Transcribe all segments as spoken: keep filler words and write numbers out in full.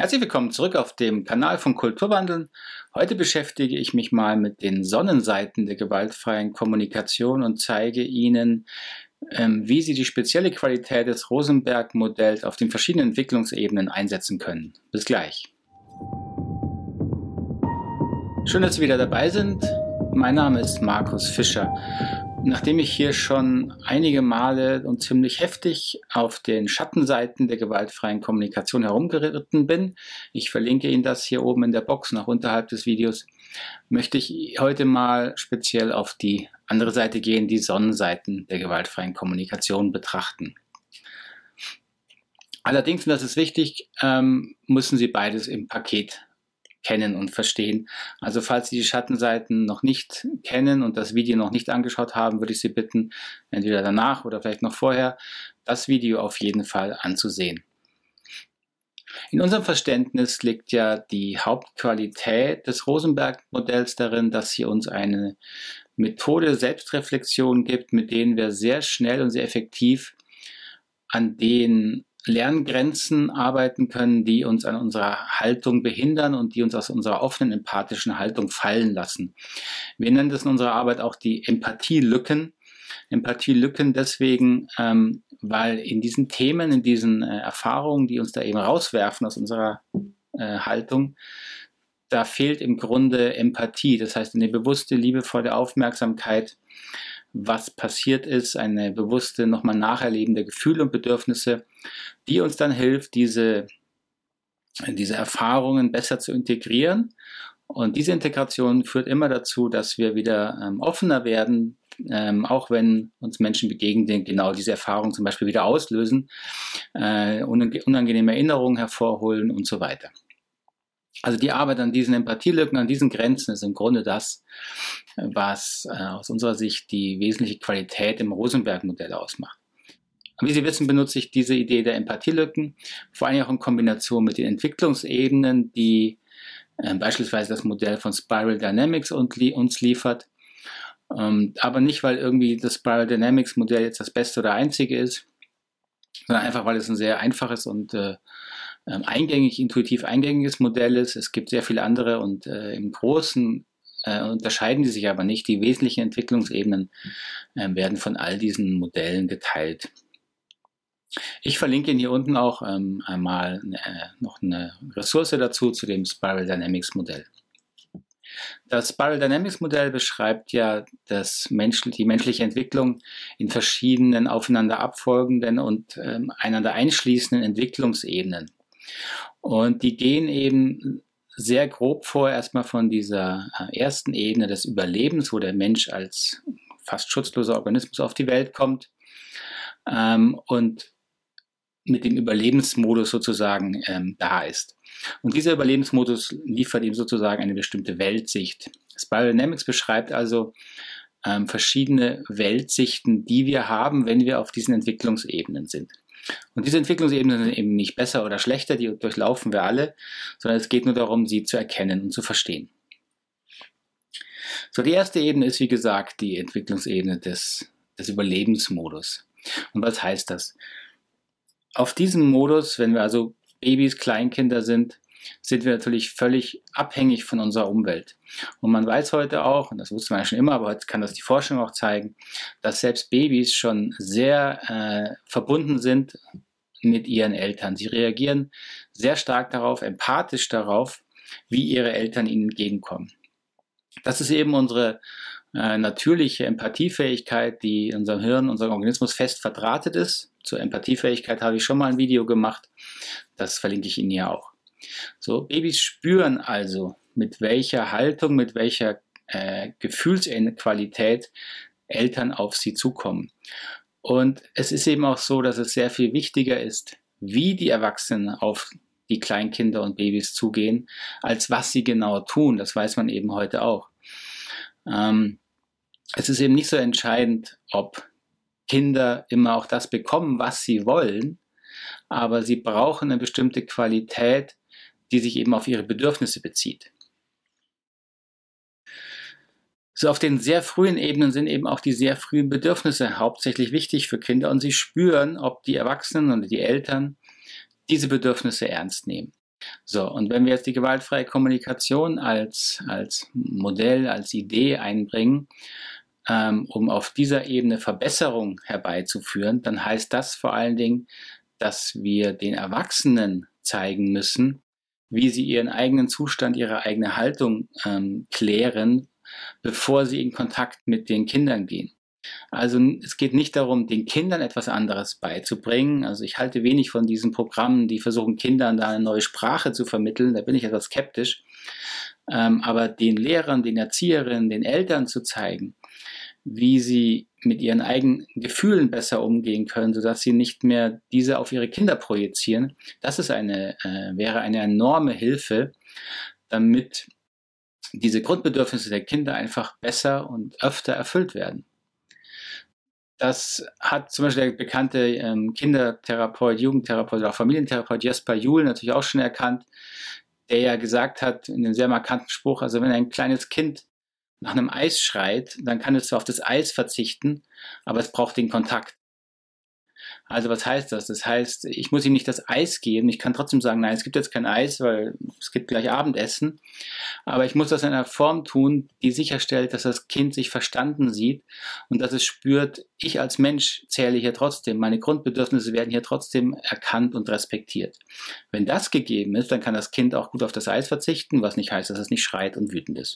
Herzlich willkommen zurück auf dem Kanal von Kulturwandeln. Heute beschäftige ich mich mal mit den Sonnenseiten der gewaltfreien Kommunikation und zeige Ihnen, ähm, wie Sie die spezielle Qualität des Rosenberg-Modells auf den verschiedenen Entwicklungsebenen einsetzen können. Bis gleich. Schön, dass Sie wieder dabei sind. Mein Name ist Markus Fischer. Nachdem ich hier schon einige Male und ziemlich heftig auf den Schattenseiten der gewaltfreien Kommunikation herumgeritten bin, ich verlinke Ihnen das hier oben in der Box noch unterhalb des Videos, möchte ich heute mal speziell auf die andere Seite gehen, die Sonnenseiten der gewaltfreien Kommunikation betrachten. Allerdings, und das ist wichtig, ähm, müssen Sie beides im Paket kennen und verstehen. Also falls Sie die Schattenseiten noch nicht kennen und das Video noch nicht angeschaut haben, würde ich Sie bitten, entweder danach oder vielleicht noch vorher, das Video auf jeden Fall anzusehen. In unserem Verständnis liegt ja die Hauptqualität des Rosenberg-Modells darin, dass sie uns eine Methode Selbstreflexion gibt, mit denen wir sehr schnell und sehr effektiv an den Lerngrenzen arbeiten können, die uns an unserer Haltung behindern und die uns aus unserer offenen, empathischen Haltung fallen lassen. Wir nennen das in unserer Arbeit auch die Empathielücken. Empathielücken deswegen, ähm, weil in diesen Themen, in diesen äh, Erfahrungen, die uns da eben rauswerfen aus unserer äh, Haltung, da fehlt im Grunde Empathie. Das heißt, eine bewusste, liebevolle Aufmerksamkeit, was passiert ist, eine bewusste nochmal Nacherleben der Gefühle und Bedürfnisse, die uns dann hilft, diese, diese Erfahrungen besser zu integrieren. Und diese Integration führt immer dazu, dass wir wieder ähm, offener werden, ähm, auch wenn uns Menschen begegnen, die genau diese Erfahrungen zum Beispiel wieder auslösen, äh, unangenehme Erinnerungen hervorholen und so weiter. Also die Arbeit an diesen Empathielücken, an diesen Grenzen ist im Grunde das, was äh, aus unserer Sicht die wesentliche Qualität im Rosenberg-Modell ausmacht. Und wie Sie wissen, benutze ich diese Idee der Empathielücken, vor allem auch in Kombination mit den Entwicklungsebenen, die äh, beispielsweise das Modell von Spiral Dynamics und li uns liefert. Ähm, aber nicht, weil irgendwie das Spiral Dynamics Modell jetzt das beste oder einzige ist, sondern einfach, weil es ein sehr einfaches und äh, eingängig, intuitiv eingängiges Modell ist. Es gibt sehr viele andere und äh, im Großen äh, unterscheiden die sich aber nicht. Die wesentlichen Entwicklungsebenen äh, werden von all diesen Modellen geteilt. Ich verlinke Ihnen hier unten auch ähm, einmal äh, noch eine Ressource dazu, zu dem Spiral Dynamics Modell. Das Spiral Dynamics Modell beschreibt ja das Mensch, die menschliche Entwicklung in verschiedenen aufeinander abfolgenden und ähm, einander einschließenden Entwicklungsebenen. Und die gehen eben sehr grob vor, erstmal von dieser ersten Ebene des Überlebens, wo der Mensch als fast schutzloser Organismus auf die Welt kommt ähm, und mit dem Überlebensmodus sozusagen ähm, da ist. Und dieser Überlebensmodus liefert ihm sozusagen eine bestimmte Weltsicht. Spiral Dynamics beschreibt also ähm, verschiedene Weltsichten, die wir haben, wenn wir auf diesen Entwicklungsebenen sind. Und diese Entwicklungsebenen sind eben nicht besser oder schlechter, die durchlaufen wir alle, sondern es geht nur darum, sie zu erkennen und zu verstehen. So, die erste Ebene ist, wie gesagt, die Entwicklungsebene des, des Überlebensmodus. Und was heißt das? Auf diesem Modus, wenn wir also Babys, Kleinkinder sind, sind wir natürlich völlig abhängig von unserer Umwelt. Und man weiß heute auch, und das wusste man ja schon immer, aber heute kann das die Forschung auch zeigen, dass selbst Babys schon sehr äh, verbunden sind mit ihren Eltern. Sie reagieren sehr stark darauf, empathisch darauf, wie ihre Eltern ihnen entgegenkommen. Das ist eben unsere äh, natürliche Empathiefähigkeit, die in unserem Hirn, unserem Organismus fest verdrahtet ist. Zur Empathiefähigkeit habe ich schon mal ein Video gemacht, das verlinke ich Ihnen hier auch. So, Babys spüren also, mit welcher Haltung, mit welcher äh, Gefühlsqualität Eltern auf sie zukommen. Und es ist eben auch so, dass es sehr viel wichtiger ist, wie die Erwachsenen auf die Kleinkinder und Babys zugehen, als was sie genau tun. Das weiß man eben heute auch. Ähm, es ist eben nicht so entscheidend, ob Kinder immer auch das bekommen, was sie wollen, aber sie brauchen eine bestimmte Qualität, die sich eben auf ihre Bedürfnisse bezieht. So, auf den sehr frühen Ebenen sind eben auch die sehr frühen Bedürfnisse hauptsächlich wichtig für Kinder und sie spüren, ob die Erwachsenen und die Eltern diese Bedürfnisse ernst nehmen. So, und wenn wir jetzt die gewaltfreie Kommunikation als, als Modell, als Idee einbringen, ähm, um auf dieser Ebene Verbesserung herbeizuführen, dann heißt das vor allen Dingen, dass wir den Erwachsenen zeigen müssen, wie sie ihren eigenen Zustand, ihre eigene Haltung ähm, klären, bevor sie in Kontakt mit den Kindern gehen. Also es geht nicht darum, den Kindern etwas anderes beizubringen. Also ich halte wenig von diesen Programmen, die versuchen, Kindern da eine neue Sprache zu vermitteln. Da bin ich etwas skeptisch. Ähm, aber den Lehrern, den Erzieherinnen, den Eltern zu zeigen, wie sie mit ihren eigenen Gefühlen besser umgehen können, sodass sie nicht mehr diese auf ihre Kinder projizieren, das ist eine, äh, wäre eine enorme Hilfe, damit diese Grundbedürfnisse der Kinder einfach besser und öfter erfüllt werden. Das hat zum Beispiel der bekannte ähm, Kindertherapeut, Jugendtherapeut oder auch Familientherapeut Jesper Juhl natürlich auch schon erkannt, der ja gesagt hat in einem sehr markanten Spruch, also wenn ein kleines Kind nach einem Eis schreit, dann kann es zwar auf das Eis verzichten, aber es braucht den Kontakt. Also was heißt das? Das heißt, ich muss ihm nicht das Eis geben, ich kann trotzdem sagen, nein, es gibt jetzt kein Eis, weil es gibt gleich Abendessen, aber ich muss das in einer Form tun, die sicherstellt, dass das Kind sich verstanden sieht und dass es spürt, ich als Mensch zähle hier trotzdem, meine Grundbedürfnisse werden hier trotzdem erkannt und respektiert. Wenn das gegeben ist, dann kann das Kind auch gut auf das Eis verzichten, was nicht heißt, dass es nicht schreit und wütend ist.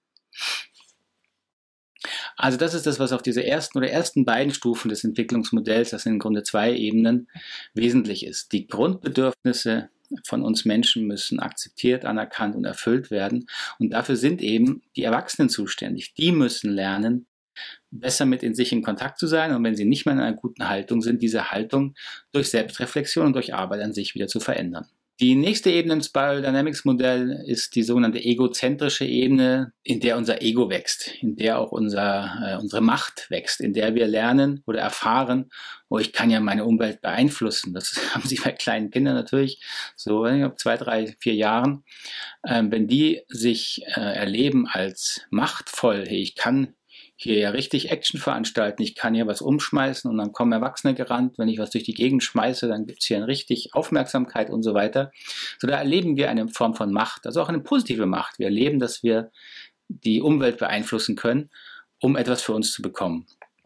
Also das ist das, was auf diese ersten oder ersten beiden Stufen des Entwicklungsmodells, das sind im Grunde zwei Ebenen, wesentlich ist. Die Grundbedürfnisse von uns Menschen müssen akzeptiert, anerkannt und erfüllt werden. Und dafür sind eben die Erwachsenen zuständig. Die müssen lernen, besser mit in sich in Kontakt zu sein und wenn sie nicht mehr in einer guten Haltung sind, diese Haltung durch Selbstreflexion und durch Arbeit an sich wieder zu verändern. Die nächste Ebene im Spiral Dynamics Modell ist die sogenannte egozentrische Ebene, in der unser Ego wächst, in der auch unser, äh, unsere Macht wächst, in der wir lernen oder erfahren, oh, ich kann ja meine Umwelt beeinflussen. Das haben sie bei kleinen Kindern natürlich, so ab zwei, drei, vier Jahren. Ähm, wenn die sich äh, erleben als machtvoll, hey, ich kann hier ja richtig Action veranstalten, ich kann hier was umschmeißen und dann kommen Erwachsene gerannt, wenn ich was durch die Gegend schmeiße, dann gibt es hier eine richtig Aufmerksamkeit und so weiter. So, da erleben wir eine Form von Macht, also auch eine positive Macht. Wir erleben, dass wir die Umwelt beeinflussen können, um etwas für uns zu bekommen.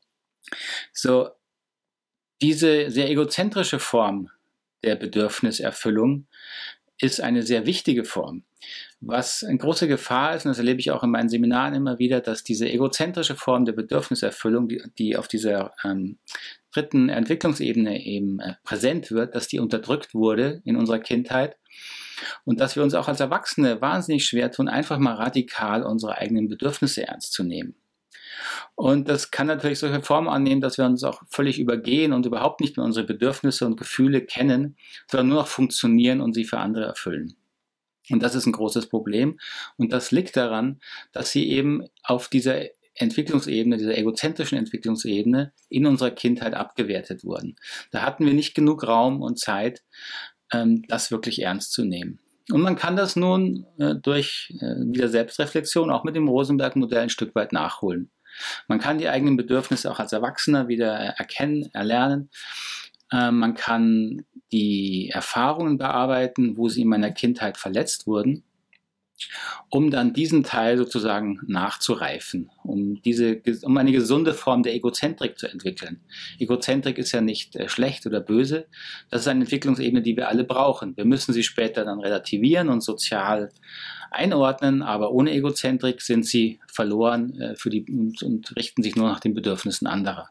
So, diese sehr egozentrische Form der Bedürfniserfüllung ist eine sehr wichtige Form. Was eine große Gefahr ist, und das erlebe ich auch in meinen Seminaren immer wieder, dass diese egozentrische Form der Bedürfniserfüllung, die, die auf dieser ähm, dritten Entwicklungsebene eben äh, präsent wird, dass die unterdrückt wurde in unserer Kindheit und dass wir uns auch als Erwachsene wahnsinnig schwer tun, einfach mal radikal unsere eigenen Bedürfnisse ernst zu nehmen. Und das kann natürlich solche Formen annehmen, dass wir uns auch völlig übergehen und überhaupt nicht mehr unsere Bedürfnisse und Gefühle kennen, sondern nur noch funktionieren und sie für andere erfüllen. Und das ist ein großes Problem. Und das liegt daran, dass sie eben auf dieser Entwicklungsebene, dieser egozentrischen Entwicklungsebene in unserer Kindheit abgewertet wurden. Da hatten wir nicht genug Raum und Zeit, das wirklich ernst zu nehmen. Und man kann das nun durch wieder Selbstreflexion auch mit dem Rosenberg-Modell ein Stück weit nachholen. Man kann die eigenen Bedürfnisse auch als Erwachsener wieder erkennen, erlernen. Man kann die Erfahrungen bearbeiten, wo sie in meiner Kindheit verletzt wurden, um dann diesen Teil sozusagen nachzureifen, um, diese, um eine gesunde Form der Egozentrik zu entwickeln. Egozentrik ist ja nicht äh, schlecht oder böse, das ist eine Entwicklungsebene, die wir alle brauchen. Wir müssen sie später dann relativieren und sozial einordnen, aber ohne Egozentrik sind sie verloren äh, für die, und, und richten sich nur nach den Bedürfnissen anderer.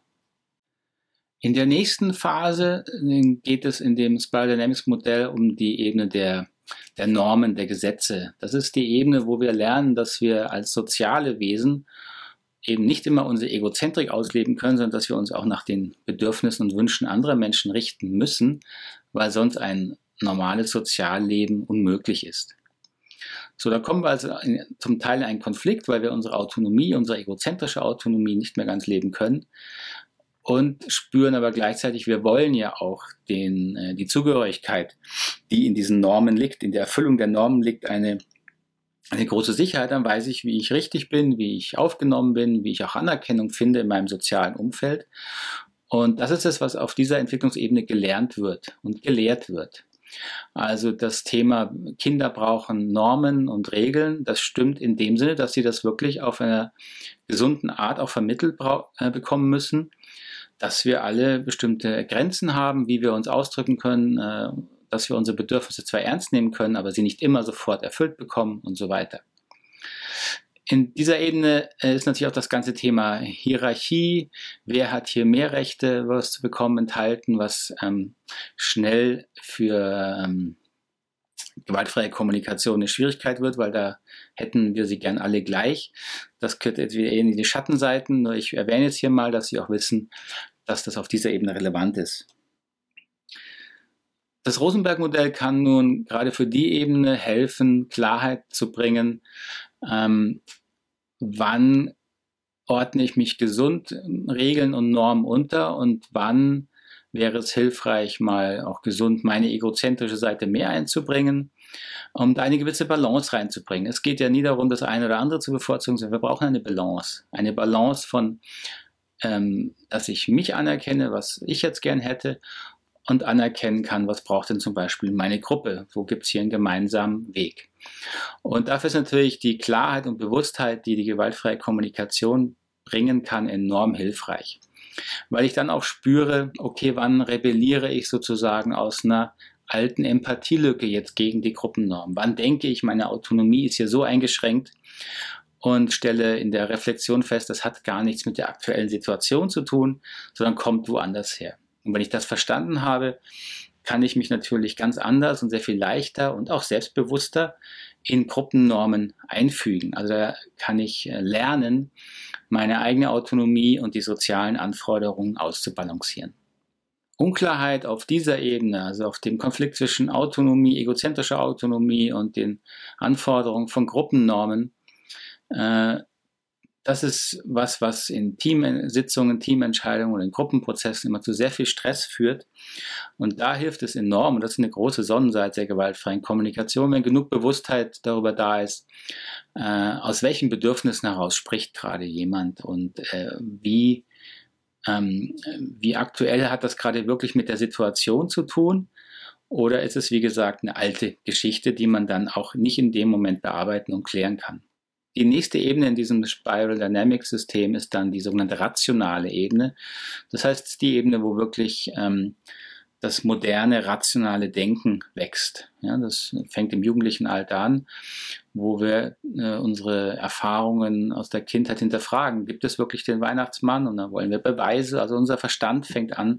In der nächsten Phase geht es in dem Spiral Dynamics Modell um die Ebene der, der Normen, der Gesetze. Das ist die Ebene, wo wir lernen, dass wir als soziale Wesen eben nicht immer unsere Egozentrik ausleben können, sondern dass wir uns auch nach den Bedürfnissen und Wünschen anderer Menschen richten müssen, weil sonst ein normales Sozialleben unmöglich ist. So, da kommen wir also in, zum Teil in einen Konflikt, weil wir unsere Autonomie, unsere egozentrische Autonomie nicht mehr ganz leben können. Und spüren aber gleichzeitig, wir wollen ja auch den, äh, die Zugehörigkeit, die in diesen Normen liegt, in der Erfüllung der Normen liegt eine, eine große Sicherheit. Dann weiß ich, wie ich richtig bin, wie ich aufgenommen bin, wie ich auch Anerkennung finde in meinem sozialen Umfeld. Und das ist es, was auf dieser Entwicklungsebene gelernt wird und gelehrt wird. Also das Thema Kinder brauchen Normen und Regeln, das stimmt in dem Sinne, dass sie das wirklich auf einer gesunden Art auch vermittelt äh, bekommen müssen, dass wir alle bestimmte Grenzen haben, wie wir uns ausdrücken können, äh, dass wir unsere Bedürfnisse zwar ernst nehmen können, aber sie nicht immer sofort erfüllt bekommen und so weiter. In dieser Ebene ist natürlich auch das ganze Thema Hierarchie, wer hat hier mehr Rechte, was zu bekommen, enthalten, was ähm, schnell für ähm, gewaltfreie Kommunikation eine Schwierigkeit wird, weil da hätten wir sie gern alle gleich. Das gehört entweder in die Schattenseiten, nur ich erwähne jetzt hier mal, dass Sie auch wissen, dass das auf dieser Ebene relevant ist. Das Rosenberg-Modell kann nun gerade für die Ebene helfen, Klarheit zu bringen, ähm, wann ordne ich mich gesund Regeln und Normen unter und wann wäre es hilfreich, mal auch gesund meine egozentrische Seite mehr einzubringen, um da eine gewisse Balance reinzubringen. Es geht ja nie darum, das eine oder andere zu bevorzugen, sondern wir brauchen eine Balance. Eine Balance von, ähm, dass ich mich anerkenne, was ich jetzt gern hätte, und anerkennen kann, was braucht denn zum Beispiel meine Gruppe, wo gibt es hier einen gemeinsamen Weg. Und dafür ist natürlich die Klarheit und Bewusstheit, die die gewaltfreie Kommunikation bringen kann, enorm hilfreich. Weil ich dann auch spüre, okay, wann rebelliere ich sozusagen aus einer alten Empathielücke jetzt gegen die Gruppennorm? Wann denke ich, meine Autonomie ist hier so eingeschränkt und stelle in der Reflexion fest, das hat gar nichts mit der aktuellen Situation zu tun, sondern kommt woanders her. Und wenn ich das verstanden habe, kann ich mich natürlich ganz anders und sehr viel leichter und auch selbstbewusster in Gruppennormen einfügen. Also da kann ich lernen, meine eigene Autonomie und die sozialen Anforderungen auszubalancieren. Unklarheit auf dieser Ebene, also auf dem Konflikt zwischen Autonomie, egozentrischer Autonomie und den Anforderungen von Gruppennormen, äh, das ist was, was in Teamsitzungen, Teamentscheidungen oder in Gruppenprozessen immer zu sehr viel Stress führt. Und da hilft es enorm, und das ist eine große Sonnenseite der gewaltfreien Kommunikation, wenn genug Bewusstheit darüber da ist, äh, aus welchen Bedürfnissen heraus spricht gerade jemand und äh, wie, ähm, wie aktuell hat das gerade wirklich mit der Situation zu tun. Oder ist es, wie gesagt, eine alte Geschichte, die man dann auch nicht in dem Moment bearbeiten und klären kann. Die nächste Ebene in diesem Spiral Dynamics System ist dann die sogenannte rationale Ebene. Das heißt, die Ebene, wo wirklich ähm, das moderne, rationale Denken wächst. Ja, das fängt im jugendlichen Alter an, wo wir äh, unsere Erfahrungen aus der Kindheit hinterfragen. Gibt es wirklich den Weihnachtsmann? Und dann wollen wir Beweise. Also unser Verstand fängt an,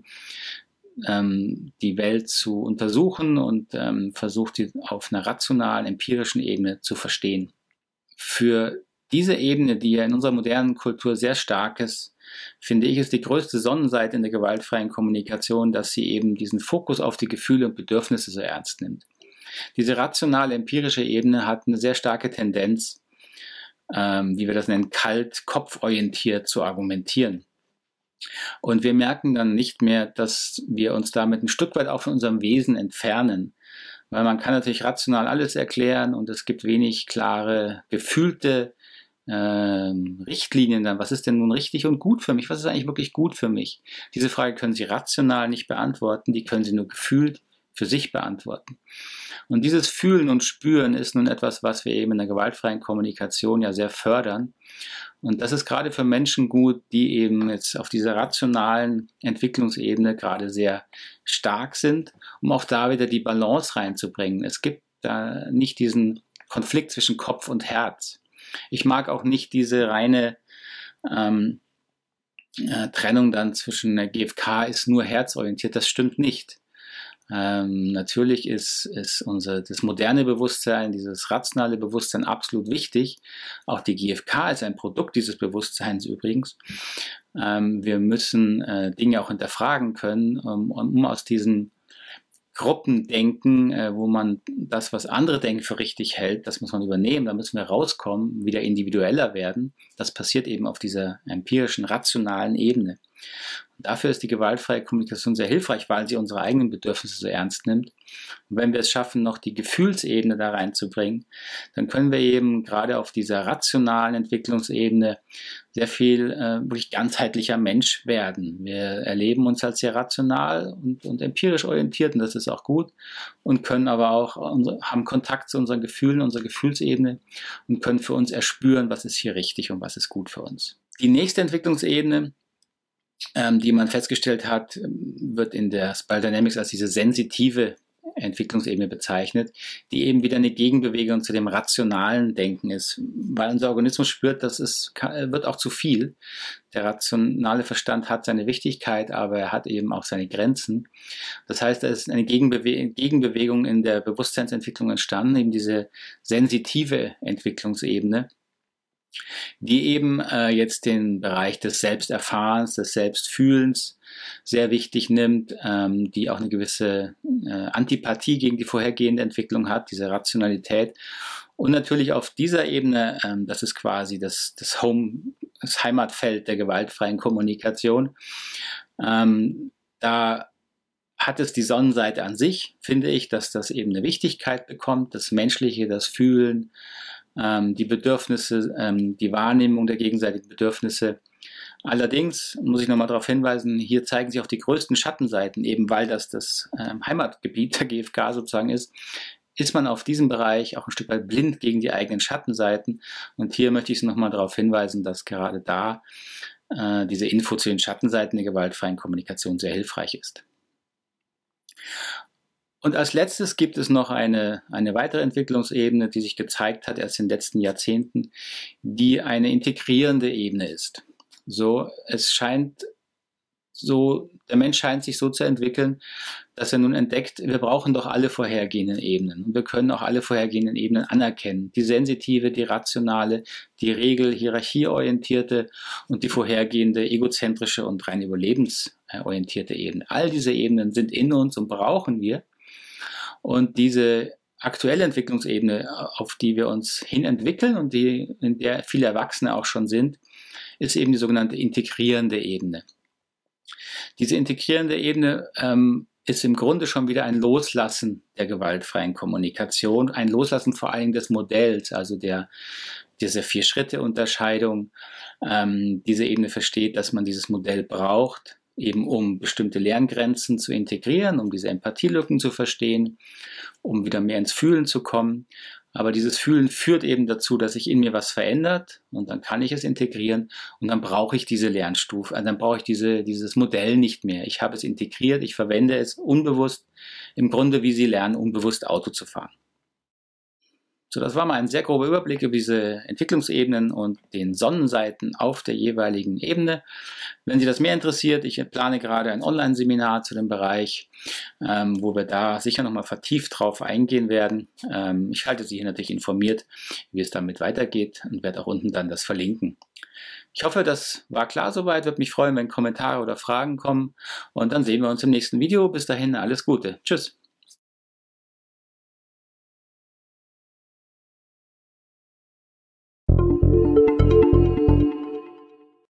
ähm, die Welt zu untersuchen und ähm, versucht, die auf einer rationalen, empirischen Ebene zu verstehen. Für diese Ebene, die ja in unserer modernen Kultur sehr stark ist, finde ich, ist die größte Sonnenseite in der gewaltfreien Kommunikation, dass sie eben diesen Fokus auf die Gefühle und Bedürfnisse so ernst nimmt. Diese rationale, empirische Ebene hat eine sehr starke Tendenz, ähm, wie wir das nennen, kalt, kopforientiert zu argumentieren. Und wir merken dann nicht mehr, dass wir uns damit ein Stück weit auch von unserem Wesen entfernen. Weil man kann natürlich rational alles erklären und es gibt wenig klare, gefühlte äh, Richtlinien dann. Was ist denn nun richtig und gut für mich? Was ist eigentlich wirklich gut für mich? Diese Frage können Sie rational nicht beantworten, die können Sie nur gefühlt für sich beantworten. Und dieses Fühlen und Spüren ist nun etwas, was wir eben in der gewaltfreien Kommunikation ja sehr fördern. Und das ist gerade für Menschen gut, die eben jetzt auf dieser rationalen Entwicklungsebene gerade sehr stark sind, um auch da wieder die Balance reinzubringen. Es gibt da nicht diesen Konflikt zwischen Kopf und Herz. Ich mag auch nicht diese reine ähm, äh, Trennung dann zwischen der G F K ist nur herzorientiert. Das stimmt nicht. Ähm, natürlich ist, ist unser, das moderne Bewusstsein, dieses rationale Bewusstsein absolut wichtig. Auch die G F K ist ein Produkt dieses Bewusstseins übrigens. Ähm, wir müssen äh, Dinge auch hinterfragen können, um, um aus diesem Gruppendenken, äh, wo man das, was andere denken, für richtig hält, das muss man übernehmen, da müssen wir rauskommen, wieder individueller werden. Das passiert eben auf dieser empirischen, rationalen Ebene. Dafür ist die gewaltfreie Kommunikation sehr hilfreich, weil sie unsere eigenen Bedürfnisse so ernst nimmt. Und wenn wir es schaffen, noch die Gefühlsebene da reinzubringen, dann können wir eben gerade auf dieser rationalen Entwicklungsebene sehr viel äh, wirklich ganzheitlicher Mensch werden. Wir erleben uns als sehr rational und, und empirisch orientiert, und das ist auch gut, und können aber auch, unsere, haben Kontakt zu unseren Gefühlen, unserer Gefühlsebene, und können für uns erspüren, was ist hier richtig und was ist gut für uns. Die nächste Entwicklungsebene, Ähm, die man festgestellt hat, wird in der Spiral Dynamics als diese sensitive Entwicklungsebene bezeichnet, die eben wieder eine Gegenbewegung zu dem rationalen Denken ist, weil unser Organismus spürt, dass es wird auch zu viel. Der rationale Verstand hat seine Wichtigkeit, aber er hat eben auch seine Grenzen. Das heißt, da ist eine Gegenbewe Gegenbewegung in der Bewusstseinsentwicklung entstanden, eben diese sensitive Entwicklungsebene, die eben äh, jetzt den Bereich des Selbsterfahrens, des Selbstfühlens sehr wichtig nimmt, ähm, die auch eine gewisse äh, Antipathie gegen die vorhergehende Entwicklung hat, diese Rationalität. Und natürlich auf dieser Ebene, ähm, das ist quasi das, das, Home, das Heimatfeld der gewaltfreien Kommunikation, ähm, da hat es die Sonnenseite an sich, finde ich, dass das eben eine Wichtigkeit bekommt, das Menschliche, das Fühlen, die Bedürfnisse, die Wahrnehmung der gegenseitigen Bedürfnisse. Allerdings muss ich nochmal darauf hinweisen, hier zeigen sich auch die größten Schattenseiten, eben weil das das Heimatgebiet der G F K sozusagen ist, ist man auf diesem Bereich auch ein Stück weit blind gegen die eigenen Schattenseiten. Und hier möchte ich nochmal darauf hinweisen, dass gerade da äh, diese Info zu den Schattenseiten der gewaltfreien Kommunikation sehr hilfreich ist. Und als letztes gibt es noch eine, eine weitere Entwicklungsebene, die sich gezeigt hat erst in den letzten Jahrzehnten, die eine integrierende Ebene ist. So, es scheint so, der Mensch scheint sich so zu entwickeln, dass er nun entdeckt, wir brauchen doch alle vorhergehenden Ebenen. Und wir können auch alle vorhergehenden Ebenen anerkennen. Die sensitive, die rationale, die regel-, hierarchieorientierte und die vorhergehende egozentrische und rein überlebensorientierte Ebene. All diese Ebenen sind in uns und brauchen wir. Und diese aktuelle Entwicklungsebene, auf die wir uns hin entwickeln und die, in der viele Erwachsene auch schon sind, ist eben die sogenannte integrierende Ebene. Diese integrierende Ebene ähm, ist im Grunde schon wieder ein Loslassen der gewaltfreien Kommunikation, ein Loslassen vor allem des Modells, also der, dieser Vier-Schritte-Unterscheidung. Ähm, diese Ebene versteht, dass man dieses Modell braucht, eben um bestimmte Lerngrenzen zu integrieren, um diese Empathielücken zu verstehen, um wieder mehr ins Fühlen zu kommen. Aber dieses Fühlen führt eben dazu, dass sich in mir was verändert und dann kann ich es integrieren und dann brauche ich diese Lernstufe, also dann brauche ich diese, dieses Modell nicht mehr. Ich habe es integriert, ich verwende es unbewusst, im Grunde wie Sie lernen, unbewusst Auto zu fahren. So, das war mal ein sehr grober Überblick über diese Entwicklungsebenen und den Sonnenseiten auf der jeweiligen Ebene. Wenn Sie das mehr interessiert, ich plane gerade ein Online-Seminar zu dem Bereich, ähm, wo wir da sicher nochmal vertieft drauf eingehen werden. Ähm, ich halte Sie hier natürlich informiert, wie es damit weitergeht und werde auch unten dann das verlinken. Ich hoffe, das war klar soweit. Würde mich freuen, wenn Kommentare oder Fragen kommen. Und dann sehen wir uns im nächsten Video. Bis dahin, alles Gute. Tschüss.